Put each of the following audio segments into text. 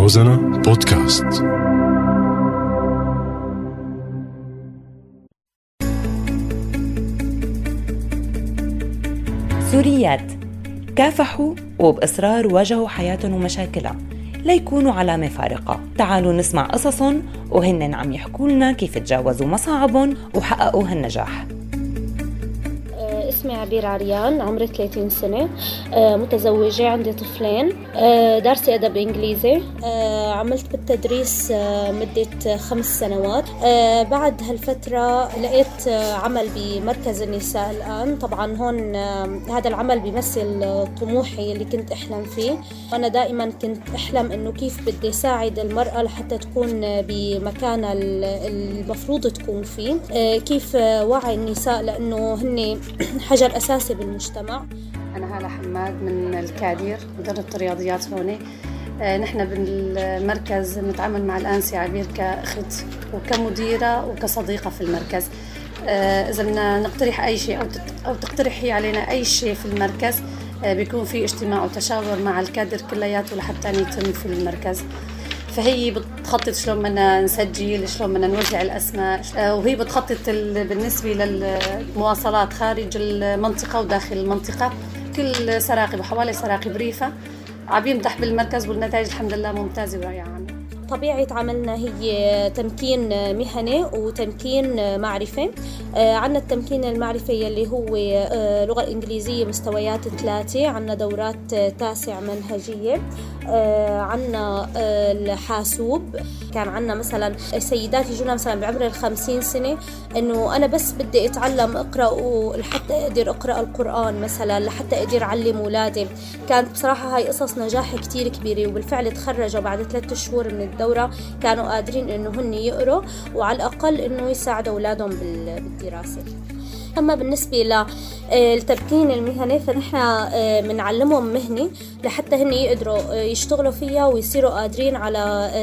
روزانا بودكاست. سوريات كافحوا وبإصرار واجهوا حياتهم ومشاكلها ليكونوا علامة فارقة. تعالوا نسمع قصصهم وهن عم يحكوا لنا كيف تجاوزوا مصاعبهم وحققوا هالنجاح. اسمي عبير عريان، عمري 30 سنة، متزوجة، عندي طفلين، دارسة أدب إنجليزي، عملت بالتدريس مدة 5 سنوات. بعد هالفترة لقيت عمل بمركز النساء الآن. طبعا هون هذا العمل بيمثل طموحي اللي كنت أحلم فيه. وأنا دائما كنت أحلم إنه كيف بدي ساعد المرأة لحتى تكون بمكانها المفروض تكون فيه، كيف وعي النساء لأنه هن حجر أساسي بالمجتمع. أنا هالة حماد من الكادير، مدربة الرياضيات هون. نحن بالمركز نتعامل مع الأنسة عبير كأخت وكمديرة وكصديقة في المركز. إذا بدنا نقترح أي شيء أو تقترحي علينا أي شيء في المركز، بيكون في اجتماع وتشاور مع الكادر كلياته لحتى يتم في المركز. فهي بتخطط شلون بدنا نسجل، شلون بدنا نوزع الأسماء، وهي بتخطط بالنسبة للمواصلات خارج المنطقة وداخل المنطقة. كل سراقب وحوالي سراقب ريفة عم يمدح بالمركز، والنتائج الحمد لله ممتازة ورائعة. طبيعة عملنا هي تمكين مهني وتمكين معرفي. عنا التمكين المعرفي اللي هو لغة إنجليزية مستويات 3، عنا دورات 9 منهجية، عنا الحاسوب. كان عنا مثلا سيدات يجونا مثلا بعمر 50 سنة إنه أنا بس بدي أتعلم أقرأ لحتى أقدر أقرأ القرآن مثلا، لحتى أقدر أعلم أولادي. كانت بصراحة هاي قصص نجاح كتير كبيرة، وبالفعل تخرجوا بعد 3 شهور من الدورة كانوا قادرين إنه هن يقروا وعلى الأقل إنه يساعدوا أولادهم بالدراسة. أما بالنسبة للتمكين المهني فنحن بنعلمهم مهنة لحتى هن يقدروا يشتغلوا فيها ويصيروا قادرين على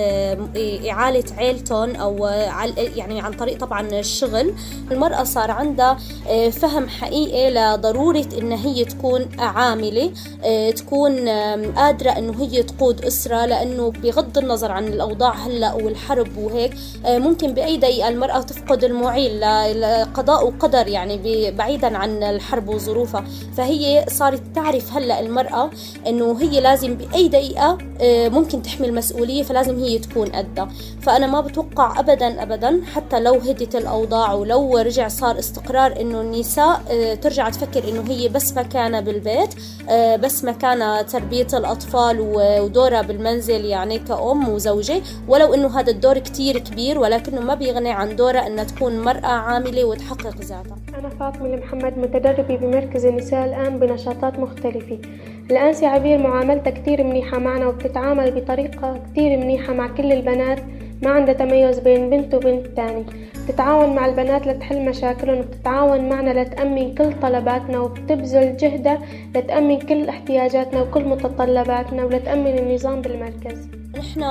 إعالة عيلتهم، أو يعني عن طريق طبعا الشغل. المرأة صار عندها فهم حقيقي لضرورة إن هي تكون عاملة، تكون قادرة إنه هي تقود أسرة، لأنه بغض النظر عن الأوضاع هلأ والحرب وهيك ممكن بأي دقيقة المرأة تفقد المعيل لقضاء وقدر، يعني بعيدا عن الحرب وظروفها. فهي صارت تعرف هلأ المرأة إنه هي لازم بأي دقيقة ممكن تحمل مسؤولية، فلازم هي تكون قدها. فأنا ما بتوقع أبدا حتى لو هدت الأوضاع ولو رجع صار استقرار إنه النساء ترجع تفكر إنه هي بس مكانها بالبيت، بس مكانها تربية الأطفال ودورها بالمنزل يعني كأم وزوجة، ولو إنه هذا الدور كتير كبير ولكنه ما بيغني عن دورها إنها تكون مرأة عاملة وتحقق ذاتها. أنا فاطمة محمد، متدربة بمركز النساء الآن بنشاطات مختلفة. الأنسة عبير معاملتها كتير منيحة معنا، وبتتعامل بطريقة كتير منيحة مع كل البنات، ما عندها تميز بين بنت وبنت تاني. بتتعاون مع البنات لتحل مشاكلهم، وبتتعاون معنا لتأمن كل طلباتنا، وبتبذل جهدها لتأمن كل احتياجاتنا وكل متطلباتنا ولتأمن النظام بالمركز. نحن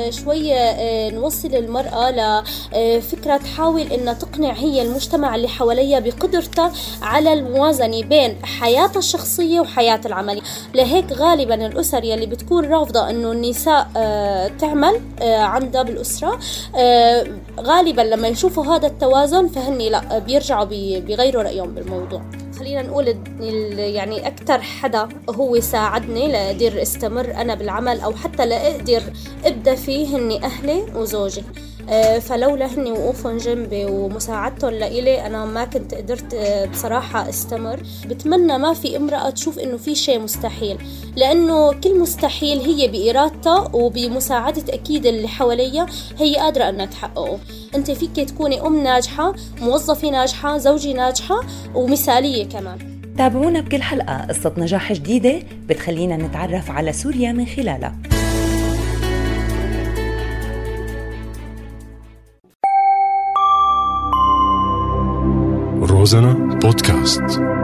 شوية نوصل المرأة لفكرة تحاول إن تقنع هي المجتمع اللي حواليها بقدرتها على الموازنة بين حياتها الشخصية وحياتها العملية. لهيك غالبا الأسر يلي بتكون رافضة إنه النساء تعمل عندها بالأسرة، غالبا لما يشوفوا هذا التوازن فهن لا بيرجعوا بيغيروا رأيهم بالموضوع. خلينا نقول يعني أكتر حدا هو ساعدني لأقدر استمر أنا بالعمل أو حتى لأقدر أبدأ فيه هني أهلي وزوجي. فلولا هني وقوفهم جنبي ومساعدتهم لإلي أنا ما كنت قدرت بصراحة استمر. بتمنى ما في امرأة تشوف إنه في شيء مستحيل، لأنه كل مستحيل هي بإرادتها وبمساعدة أكيد اللي حواليها هي قادرة أنها تحققه. أنت فيك تكوني أم ناجحة، موظفة ناجحة، زوجي ناجحة، ومثالية كمان. تابعونا بكل حلقة قصة نجاح جديدة بتخلينا نتعرف على سوريا من خلالها. روزانا بودكاست.